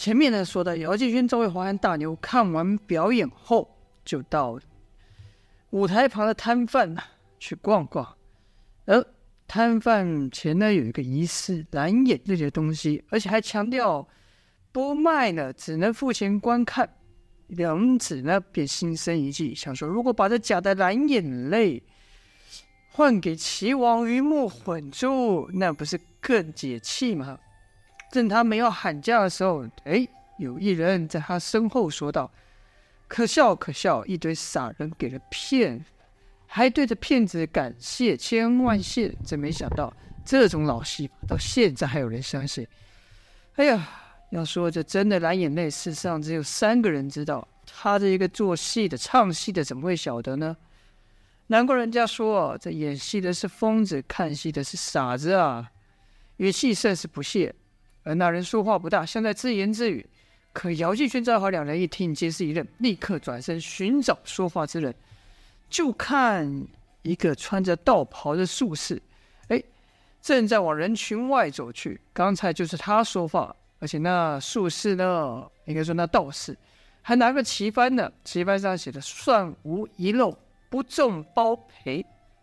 前面呢说到姚建轩、赵卫华和大牛看完表演后，就到舞台旁的摊贩去逛逛，而摊贩前呢有一个疑似蓝眼泪的东西，而且还强调不卖呢，只能付钱观看。梁子呢便心生一计，想说如果把这假的蓝眼泪换给齐王榆木混珠，那不是更解气吗？正他没有喊价的时候，有一人在他身后说道：“可笑可笑，一堆傻人给了骗，还对着骗子感谢千万谢。真没想到这种老戏法到现在还有人相信。哎呀，要说这真的蓝眼泪，世上只有3个人知道，他这一个做戏的唱戏的怎么会晓得呢？难怪人家说这演戏的是疯子，看戏的是傻子啊。”语气甚是不屑，而那人说话不大，像在自言自语。可姚继轩、赵华两人一听，皆是一愣，立刻转身寻找说话之人。就看一个穿着道袍的术士，正在往人群外走去。刚才就是他说话，而且那术士呢，应该说那道士，还拿个旗幡呢，旗幡上写的"算无遗漏，不中包赔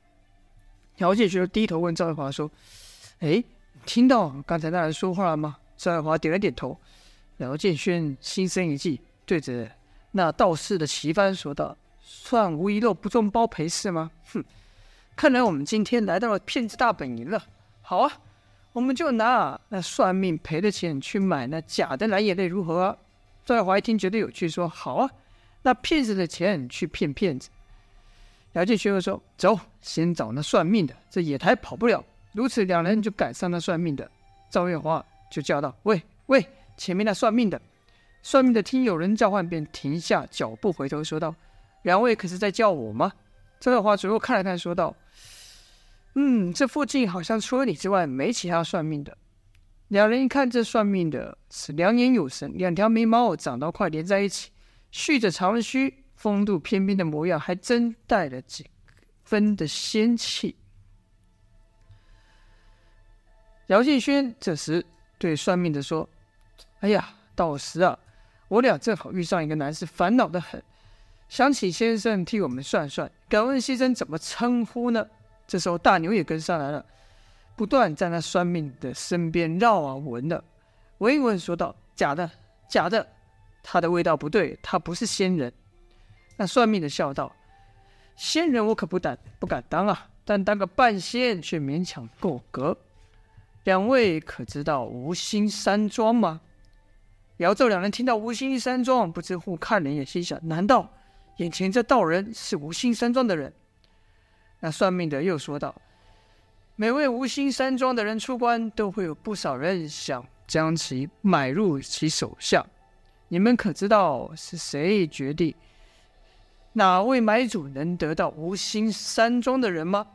"。姚继轩低头问赵月华说："听到刚才那人说话了吗？"赵月华点了点头。姚建轩心生一计，对着那道士的旗幡说道："算无遗漏，不中包赔是吗？哼，看来我们今天来到了骗子大本营了。好啊，我们就拿那算命赔的钱去买那假的蓝眼泪，如何啊？"赵月华一听觉得有趣，说："好啊，那骗子的钱去骗骗子。"姚建轩又说："走，先找那算命的，这野台跑不了。"如此，两人就赶上那算命的。赵月华就叫道："喂，前面那算命的！"算命的听有人叫唤，便停下脚步，回头说道："两位可是在叫我吗？"赵月华左右看了看，说道："这附近好像除了你之外，没其他算命的。"两人一看，这算命的是两眼有神，2条眉毛长到快连在一起，蓄着长须，风度翩翩的模样，还真带了几分的仙气。姚建轩这时对算命的说："哎呀，道士啊，我俩正好遇上一个难事，烦恼得很，想请先生替我们算算，敢问先生怎么称呼呢？"这时候大牛也跟上来了，不断在那算命的身边绕啊闻的，闻一闻说道："假的，假的，他的味道不对，他不是仙人。"那算命的笑道："仙人我可不敢当啊，但当个半仙却勉强够格。两位可知道无心山庄吗？"姚赵两人听到无心山庄，不知互看了一眼，心想：难道眼前这道人是无心山庄的人？那算命的又说道："每位无心山庄的人出关，都会有不少人想将其买入其手下。你们可知道是谁决定哪位买主能得到无心山庄的人吗？"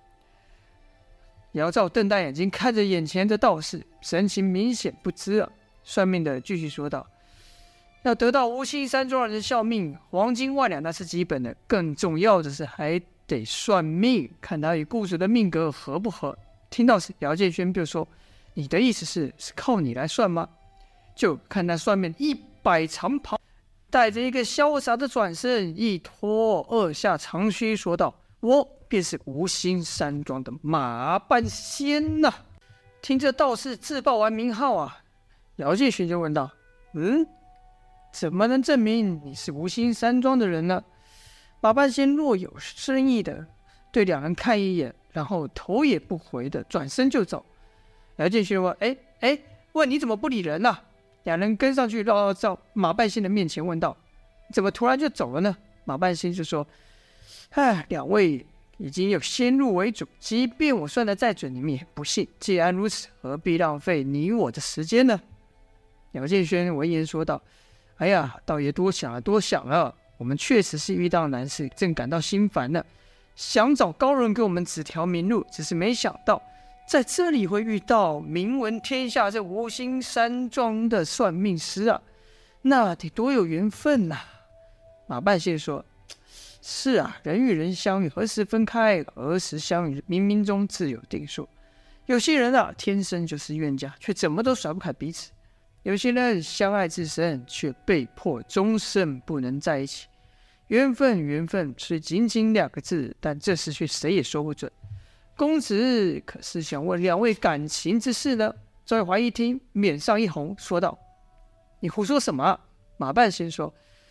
姚赵瞪大眼睛看着眼前的道士，神情明显不知啊。算命的继续说道："要得到无心山庄人的效命，黄金万两那是基本的，更重要的是还得算命，看他与雇主的命格合不合。"听到时，姚建轩就说："你的意思是靠你来算吗？"就看那算命一摆长袍，带着一个潇洒的转身，一脱二下长须，说道："我便是无心山庄的马半仙呐！"听这道士自报完名号啊，姚建勋就问道："怎么能证明你是无心山庄的人呢？"马半仙若有深意的对两人看一眼，然后头也不回的转身就走。姚建勋问："问你怎么不理人啊？"两人跟上去绕到马半仙的面前问道："怎么突然就走了呢？"马半仙就说："两位已经有先入为主，即便我算得再准，你们也不信。既然如此，何必浪费你我的时间呢？"姚建轩闻言说道："哎呀，道爷多想了，我们确实是遇到难事，正感到心烦呢，想找高人给我们指条明路，只是没想到在这里会遇到名闻天下这无心山庄的算命师啊，那得多有缘分啊。"马半仙说："是啊，人与人相遇，何时分开，何时相遇，冥冥中自有定数。有些人啊，天生就是冤家，却怎么都甩不开彼此。 有些人相爱至深，却被迫终生不能在一起。缘分，缘分，虽仅仅2个字，但这事却谁也说不准。公子可是想问2位感情之事呢？赵月华一听，面上一红，说道：“你胡说什么？”马半仙说：“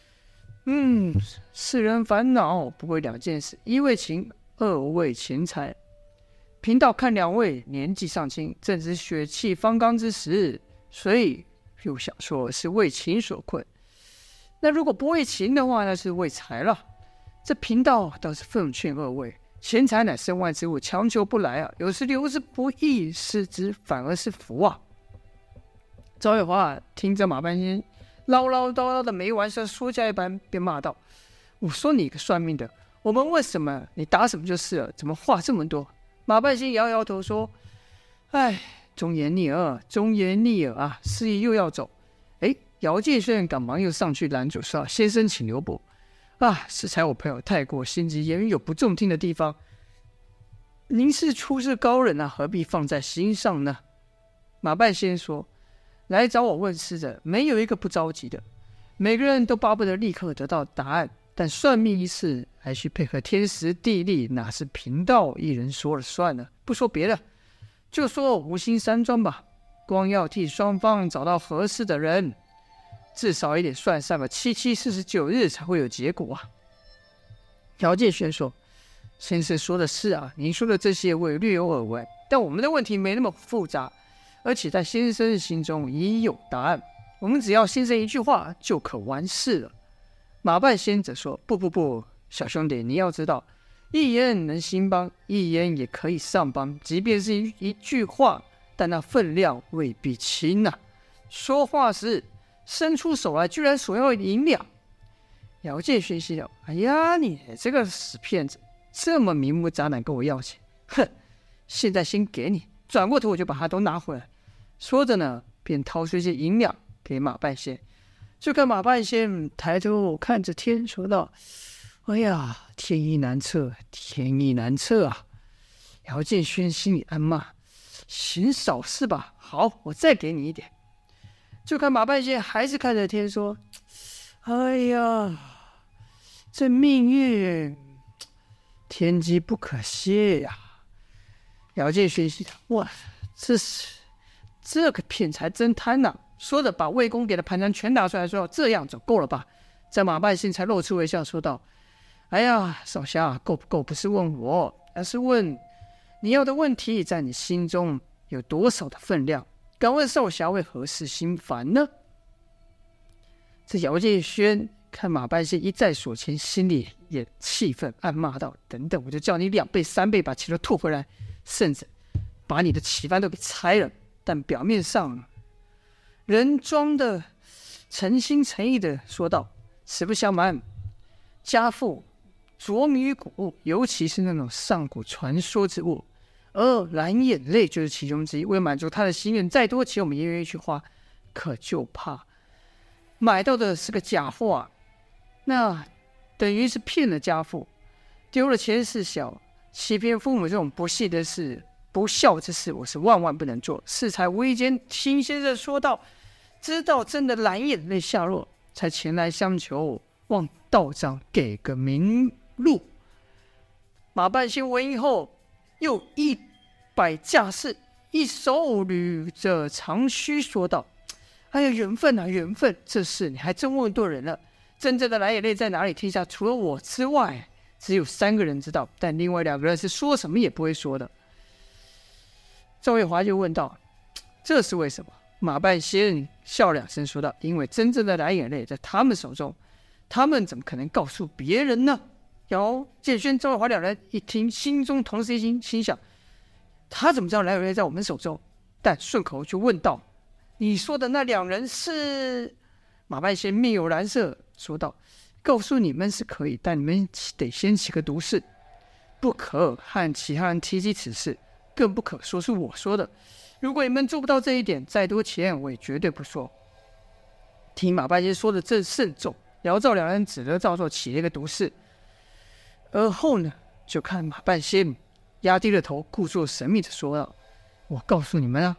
世人烦恼不过2件事，一为情，2为钱财。贫道看2位年纪尚轻，正值血气方刚之时，所以又想说是为情所困。那如果不为情的话，那是为财了。这贫道倒是奉劝2位，钱财乃身外之物，强求不来啊！有时留之不易，失之反而是福啊！”赵月华听着马半仙唠唠叨叨的没完，像说教一般，便骂道：“我说你个算命的，我们问什么你答什么就是了，怎么话这么多？”马半仙摇摇头说：“哎，忠言逆耳，忠言逆耳啊！事业又要走。”姚建轩赶忙又上去拦住说：“先生请留步啊！适才我朋友太过心急，言语有不中听的地方。您是出世高人啊，何必放在心上呢？”马半仙说：“来找我问事的，没有一个不着急的，每个人都巴不得立刻得到答案。但算命一事，还需配合天时地利，哪是贫道一人说了算呢？不说别的，就说无心山庄吧，光要替双方找到合适的人，至少也得算上个749日才会有结果啊。”姚建轩说：“先生说的是啊，您说的这些我也略有耳闻，但我们的问题没那么复杂，而且在先生心中已有答案，我们只要先生一句话就可完事了。”马半仙则说：“不，小兄弟，你要知道，一言能兴邦，一言也可以丧邦。即便是一句话，但那分量未必轻啊。说话时伸出手来，居然索要银两。”姚建轩心想：“哎呀，你这个死骗子，这么明目张胆跟我要钱，哼！现在先给你，转过头我就把它都拿回来。”说着呢，便掏出一些银两给马半仙。就看马半仙抬头看着天，说道：“哎呀，天意难测，天意难测啊！”姚建轩心里暗骂：“行少事吧，好，我再给你一点。”就看马半仙还是看着天说：“哎呀，这命运天机不可泄呀！”姚建轩心想：“哇，这个骗财真贪呐！”说着把魏公给的盘缠全拿出来，说：“这样总够了吧？”这马半仙才露出微笑，说道：“哎呀，少侠，够不够不是问我，而是问你要的问题在你心中有多少的分量？敢问少侠为何事心烦呢？”这姚建轩看马半仙一再所前，心里也气愤，暗骂道：“等等，我就叫你2倍3倍把钱都吐回来，甚至把你的旗幡都给拆了。”但表面上人装的诚心诚意的说道：“实不相瞒，家父着迷于古物，尤其是那种上古传说之物，而蓝眼泪就是其中之一。为满足他的心愿，再多钱我们也愿意去花，可就怕买到的是个假货啊！那等于是骗了家父，丢了钱事小，欺骗父母这种不幸的事。不孝之事，我是万万不能做。”适才无意间听先生说道：“知道真的蓝眼泪下落，才前来相求，望道长给个明路。”马半仙闻以后，又一摆架势，一手捋着长须，说道：“哎呀，缘分啊，缘分！这事你还真问对人了。真正的蓝眼泪在哪里？天下除了我之外，只有3个人知道，但另外2个人是说什么也不会说的。”赵月华就问道：“这是为什么？”马半仙笑2声说道：“因为真正的蓝眼泪在他们手中，他们怎么可能告诉别人呢？”姚建轩、赵月华2人一听，心中同时一惊，心想：他怎么知道蓝眼泪在我们手中？但顺口就问道：“你说的那2人是？”马半仙面有蓝色，说道：“告诉你们是可以，但你们得先起个毒誓，不可和其他人提及此事。更不可说是我说的。如果你们做不到这一点，再多钱我也绝对不说。”听马半仙说的正慎重，姚赵2人只得照做起了一个毒誓。而后呢，就看马半仙压低了头，故作神秘的说道：“我告诉你们啊，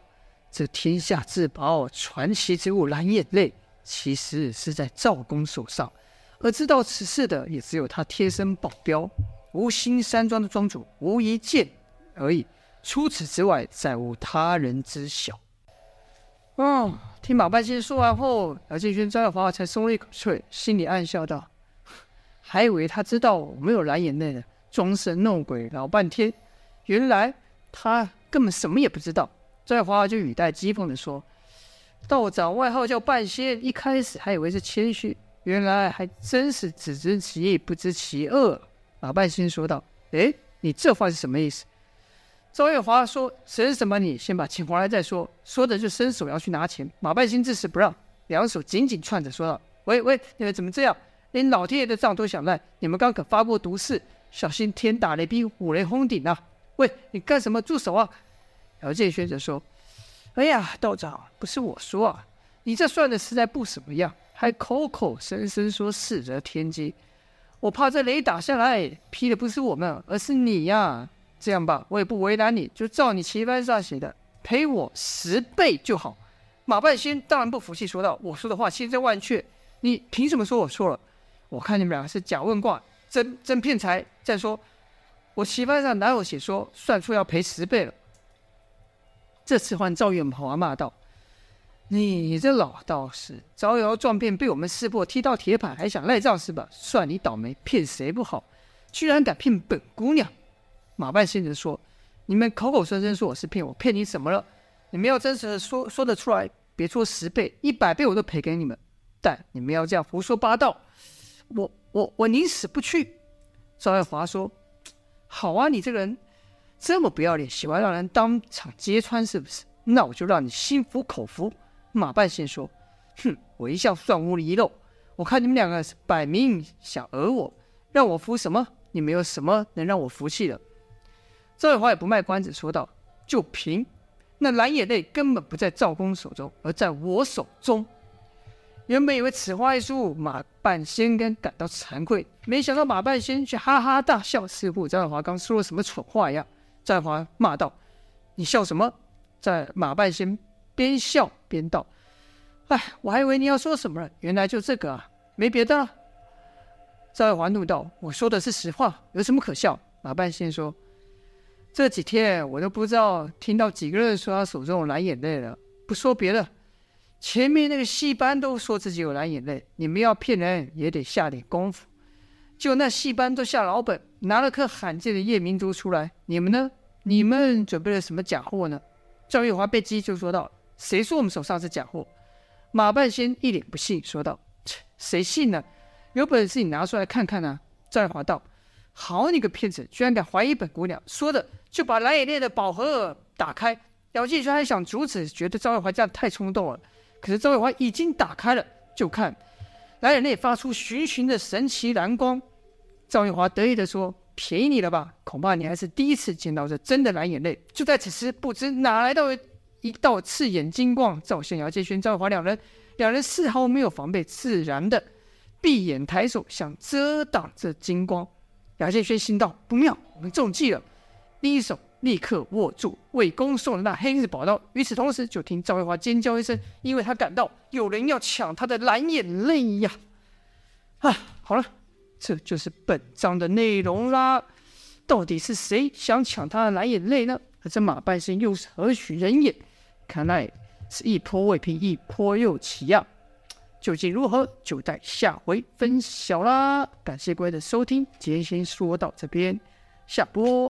这天下至宝传奇之物蓝眼泪，其实是在赵公手上，而知道此事的也只有他贴身保镖无心山庄的庄主吴一剑而已，除此之外再无他人知晓。听马半仙说完后，姚建轩、张耀华才松了一口气，心里暗笑道：还以为他知道我没有蓝眼泪呢，装神弄鬼老半天，原来他根本什么也不知道。张耀华就语带讥讽地说：道长外号叫半仙，一开始还以为是谦虚，原来还真是只知其一不知其二。马半仙说道：你这话是什么意思？赵月华说：神什么你，先把钱还来再说。说着就伸手要去拿钱，马半仙自是不让，两手紧紧串着说道：喂，你们怎么这样？连老天爷的账都想赖，你们刚可发过毒誓，小心天打雷劈，五雷轰顶啊！喂，你干什么？住手啊！姚建轩则说：哎呀，道长，不是我说啊，你这算的实在不什么样，还口口声声说适得天机，我怕这雷打下来劈的不是我们，而是你呀。这样吧，我也不为难你，就照你棋盘上写的，赔我10倍就好。马半仙当然不服气，说道：我说的话千真万确，你凭什么说我错了？我看你们两个是假问卦，真骗财。再说我棋盘上哪有写说算出要赔10倍了？这次换赵月华骂道：你这老道士，招摇撞骗被我们识破，踢到铁板还想赖账是吧？算你倒霉，骗谁不好，居然敢骗本姑娘！马半仙则说：你们口口声声说我是骗我，骗你什么了？你们要真实的说得出来，别说10倍100倍我都赔给你们，但你们要这样胡说八道，我宁死不屈。赵月华说：好啊，你这个人这么不要脸，喜欢让人当场揭穿是不是？那我就让你心服口服。马半仙说：我一向算无遗漏，我看你们两个是摆明想讹我，让我服什么？你们有什么能让我服气的？赵月华也不卖关子，说道：就凭那蓝眼泪根本不在赵公手中，而在我手中。原本以为此话一出，马半仙感到惭愧，没想到马半仙却哈哈大笑，似乎赵月华刚说了什么蠢话一样。赵月华骂道：你笑什么？在马半仙边笑边道：我还以为你要说什么了，原来就这个啊，没别的了。赵月华怒道：我说的是实话，有什么可笑？马半仙说：这几天我都不知道听到几个人说他手中有蓝眼泪了。不说别的，前面那个戏班都说自己有蓝眼泪，你们要骗人也得下点功夫。就那戏班都下老本，拿了颗罕见的夜明珠出来，你们呢？你们准备了什么假货呢？赵月华被激就说道：谁说我们手上是假货？马半仙一脸不信，说道：谁信呢？有本事你拿出来看看啊！赵月华道：好你个骗子，居然敢怀疑本姑娘！说的就把蓝眼泪的宝盒打开。姚继轩还想阻止，觉得赵月华这样太冲动了，可是赵月华已经打开了，就看蓝眼泪发出循循的神奇蓝光。赵月华得意地说：便宜你了吧，恐怕你还是第一次见到这真的蓝眼泪。就在此时，不知哪来到一道刺眼金光，照向姚继轩、赵月华两人丝毫没有防备，自然的闭眼抬手想遮挡这金光。姚建轩心道：不妙，我们中计了。另一手立刻握住为公送的那黑日宝刀，与此同时，就听赵月华尖叫一声，因为他感到有人要抢他的蓝眼泪呀！好了，这就是本章的内容啦。到底是谁想抢他的蓝眼泪呢？而这马半仙又是何许人也？看来是一波未平，一波又起呀！究竟如何，就待下回分晓啦。感谢各位的收听，今天先说到这边，下播。